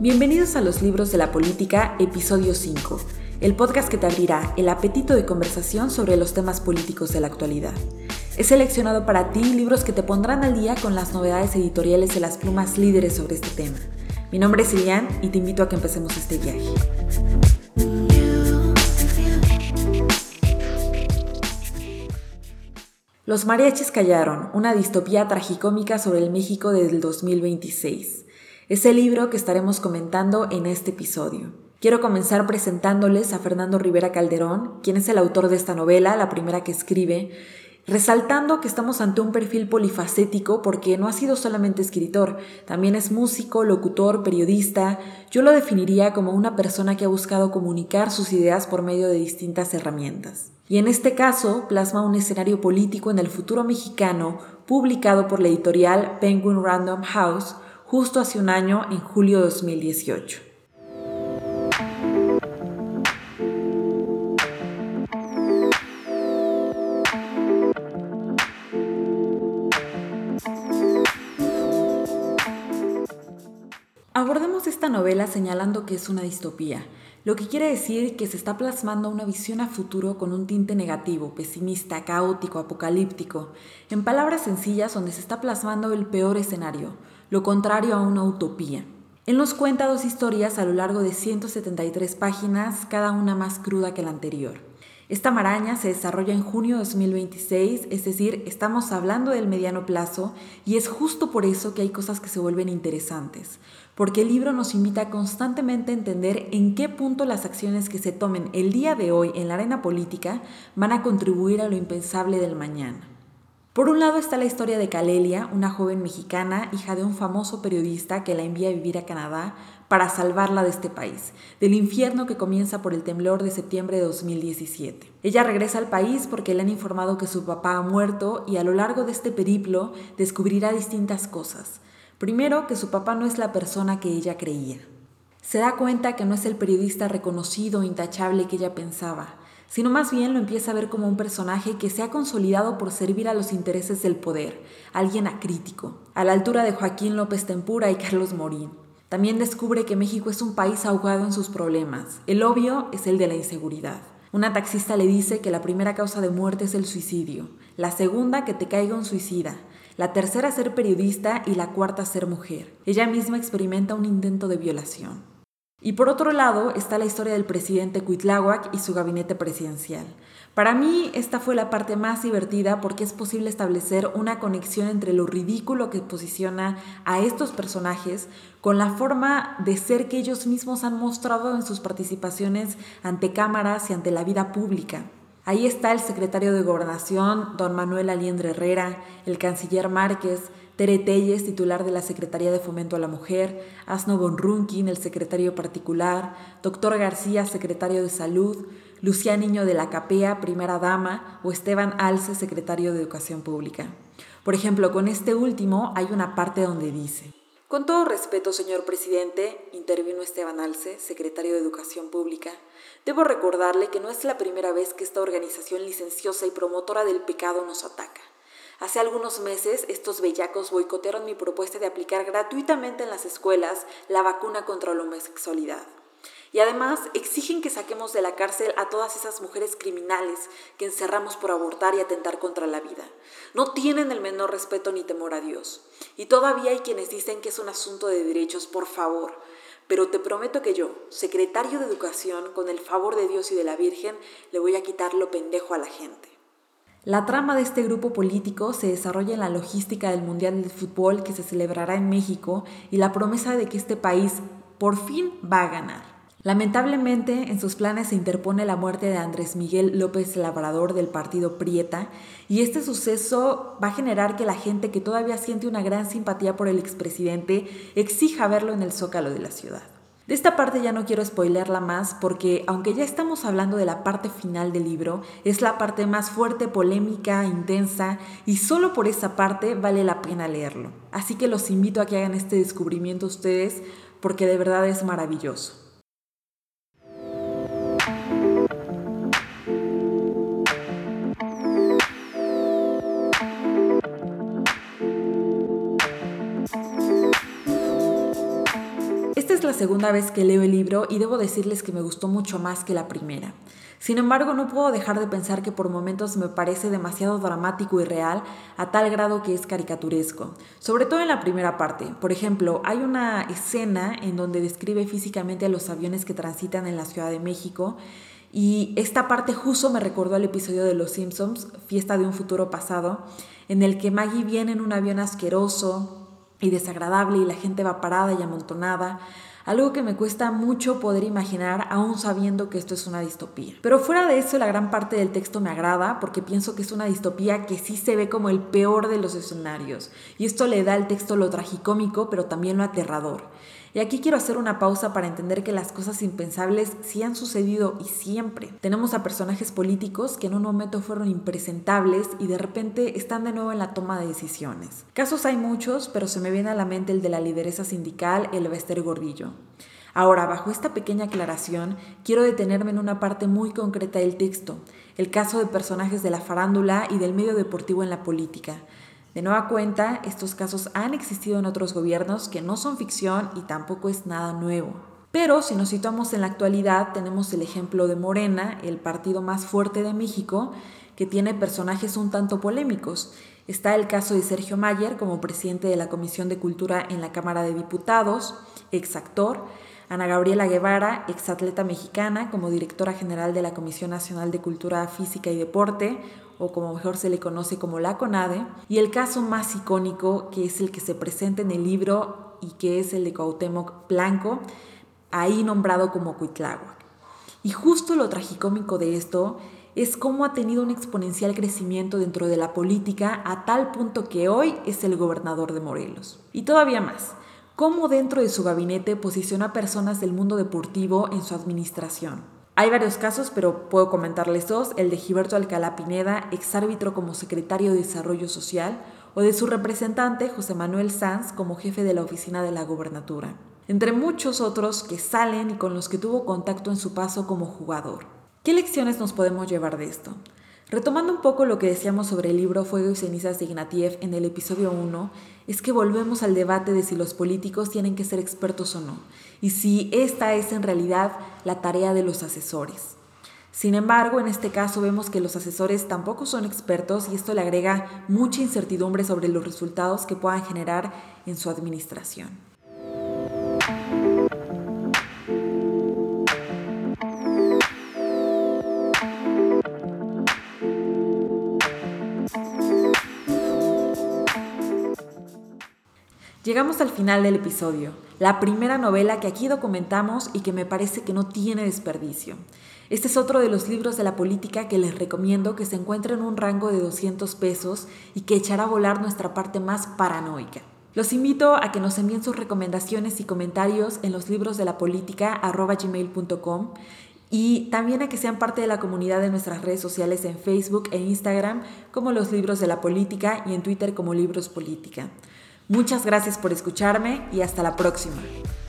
Bienvenidos a Los Libros de la Política, episodio 5, el podcast que te abrirá el apetito de conversación sobre los temas políticos de la actualidad. He seleccionado para ti libros que te pondrán al día con las novedades editoriales de las plumas líderes sobre este tema. Mi nombre es Ilian y te invito a que empecemos este viaje. Los mariachis callaron, una distopía tragicómica sobre el México del 2026. Es el libro que estaremos comentando en este episodio. Quiero comenzar presentándoles a Fernando Rivera Calderón, quien es el autor de esta novela, la primera que escribe, resaltando que estamos ante un perfil polifacético porque no ha sido solamente escritor, también es músico, locutor, periodista. Yo lo definiría como una persona que ha buscado comunicar sus ideas por medio de distintas herramientas. Y en este caso plasma un escenario político en el futuro mexicano publicado por la editorial Penguin Random House justo hace un año, en julio de 2018. Abordemos esta novela señalando que es una distopía, lo que quiere decir que se está plasmando una visión a futuro con un tinte negativo, pesimista, caótico, apocalíptico. En palabras sencillas, donde se está plasmando el peor escenario, lo contrario a una utopía. Él nos cuenta dos historias a lo largo de 173 páginas, cada una más cruda que la anterior. Esta maraña se desarrolla en junio de 2026, es decir, estamos hablando del mediano plazo y es justo por eso que hay cosas que se vuelven interesantes, porque el libro nos invita constantemente a entender en qué punto las acciones que se tomen el día de hoy en la arena política van a contribuir a lo impensable del mañana. Por un lado está la historia de Calelia, una joven mexicana, hija de un famoso periodista que la envía a vivir a Canadá para salvarla de este país, del infierno que comienza por el temblor de septiembre de 2017. Ella regresa al país porque le han informado que su papá ha muerto y a lo largo de este periplo descubrirá distintas cosas. Primero, que su papá no es la persona que ella creía. Se da cuenta que no es el periodista reconocido, intachable que ella pensaba, sino más bien lo empieza a ver como un personaje que se ha consolidado por servir a los intereses del poder, alguien acrítico, a la altura de Joaquín López Tempura y Carlos Morín. También descubre que México es un país ahogado en sus problemas. El obvio es el de la inseguridad. Una taxista le dice que la primera causa de muerte es el suicidio, la segunda que te caiga un suicida, la tercera ser periodista y la cuarta ser mujer. Ella misma experimenta un intento de violación. Y por otro lado está la historia del presidente Cuitláhuac y su gabinete presidencial. Para mí esta fue la parte más divertida porque es posible establecer una conexión entre lo ridículo que posiciona a estos personajes con la forma de ser que ellos mismos han mostrado en sus participaciones ante cámaras y ante la vida pública. Ahí está el secretario de Gobernación, don Manuel Aliendro Herrera, el canciller Márquez, Tere Telles, titular de la Secretaría de Fomento a la Mujer, Asno von Runkin, el secretario particular, Dr. García, secretario de Salud, Lucía Niño de la Capea, primera dama, o Esteban Alce, secretario de Educación Pública. Por ejemplo, con este último hay una parte donde dice: "Con todo respeto, señor presidente", intervino Esteban Alce, secretario de Educación Pública, "debo recordarle que no es la primera vez que esta organización licenciosa y promotora del pecado nos ataca. Hace algunos meses, estos bellacos boicotearon mi propuesta de aplicar gratuitamente en las escuelas la vacuna contra la homosexualidad. Y además exigen que saquemos de la cárcel a todas esas mujeres criminales que encerramos por abortar y atentar contra la vida. No tienen el menor respeto ni temor a Dios. Y todavía hay quienes dicen que es un asunto de derechos, por favor. Pero te prometo que yo, secretario de Educación, con el favor de Dios y de la Virgen, le voy a quitar lo pendejo a la gente". La trama de este grupo político se desarrolla en la logística del Mundial de Fútbol que se celebrará en México y la promesa de que este país por fin va a ganar. Lamentablemente, en sus planes se interpone la muerte de Andrés Miguel López Labrador del partido Prieta y este suceso va a generar que la gente que todavía siente una gran simpatía por el expresidente exija verlo en el Zócalo de la ciudad. De esta parte ya no quiero spoilearla más porque, aunque ya estamos hablando de la parte final del libro, es la parte más fuerte, polémica, intensa y solo por esa parte vale la pena leerlo. Así que los invito a que hagan este descubrimiento ustedes porque de verdad es maravilloso. la segunda vez que leo el libro y debo decirles que me gustó mucho más que la primera. Sin embargo, no puedo dejar de pensar que por momentos me parece demasiado dramático y real, a tal grado que es caricaturesco. Sobre todo en la primera parte. Por ejemplo, hay una escena en donde describe físicamente a los aviones que transitan en la Ciudad de México, y esta parte justo me recordó al episodio de Los Simpsons, Fiesta de un futuro pasado, en el que Maggie viene en un avión asqueroso y desagradable y la gente va parada y amontonada. Algo que me cuesta mucho poder imaginar aún sabiendo que esto es una distopía. Pero fuera de eso, la gran parte del texto me agrada porque pienso que es una distopía que sí se ve como el peor de los escenarios. Y esto le da al texto lo tragicómico, pero también lo aterrador. Y aquí quiero hacer una pausa para entender que las cosas impensables sí han sucedido y siempre. Tenemos a personajes políticos que en un momento fueron impresentables y de repente están de nuevo en la toma de decisiones. Casos hay muchos, pero se me viene a la mente el de la lideresa sindical, Elba Ester Gordillo. Ahora, bajo esta pequeña aclaración, quiero detenerme en una parte muy concreta del texto, el caso de personajes de la farándula y del medio deportivo en la política. De nueva cuenta, estos casos han existido en otros gobiernos que no son ficción y tampoco es nada nuevo. Pero si nos situamos en la actualidad, tenemos el ejemplo de Morena, el partido más fuerte de México, que tiene personajes un tanto polémicos. Está el caso de Sergio Mayer como presidente de la Comisión de Cultura en la Cámara de Diputados, exactor, Ana Gabriela Guevara, exatleta mexicana, como directora general de la Comisión Nacional de Cultura Física y Deporte, o como mejor se le conoce como la CONADE, y el caso más icónico, que es el que se presenta en el libro y que es el de Cuauhtémoc Blanco, ahí nombrado como Cuitláhuac. Y justo lo tragicómico de esto es cómo ha tenido un exponencial crecimiento dentro de la política a tal punto que hoy es el gobernador de Morelos. Y todavía más, cómo dentro de su gabinete posiciona a personas del mundo deportivo en su administración. Hay varios casos, pero puedo comentarles dos: el de Gilberto Alcalá Pineda, exárbitro como secretario de Desarrollo Social, o de su representante, José Manuel Sanz, como jefe de la oficina de la gobernatura. Entre muchos otros que salen y con los que tuvo contacto en su paso como jugador. ¿Qué lecciones nos podemos llevar de esto? Retomando un poco lo que decíamos sobre el libro Fuego y Cenizas de Ignatieff en el episodio 1, es que volvemos al debate de si los políticos tienen que ser expertos o no, y si esta es en realidad la tarea de los asesores. Sin embargo, en este caso vemos que los asesores tampoco son expertos y esto le agrega mucha incertidumbre sobre los resultados que puedan generar en su administración. Llegamos al final del episodio, la primera novela que aquí documentamos y que me parece que no tiene desperdicio. Este es otro de los libros de la política que les recomiendo que se encuentre en un rango de 200 pesos y que echará a volar nuestra parte más paranoica. Los invito a que nos envíen sus recomendaciones y comentarios en loslibrosedelapolitica@gmail.com y también a que sean parte de la comunidad de nuestras redes sociales en Facebook e Instagram como Los Libros de la Política y en Twitter como Libros Política. Muchas gracias por escucharme y hasta la próxima.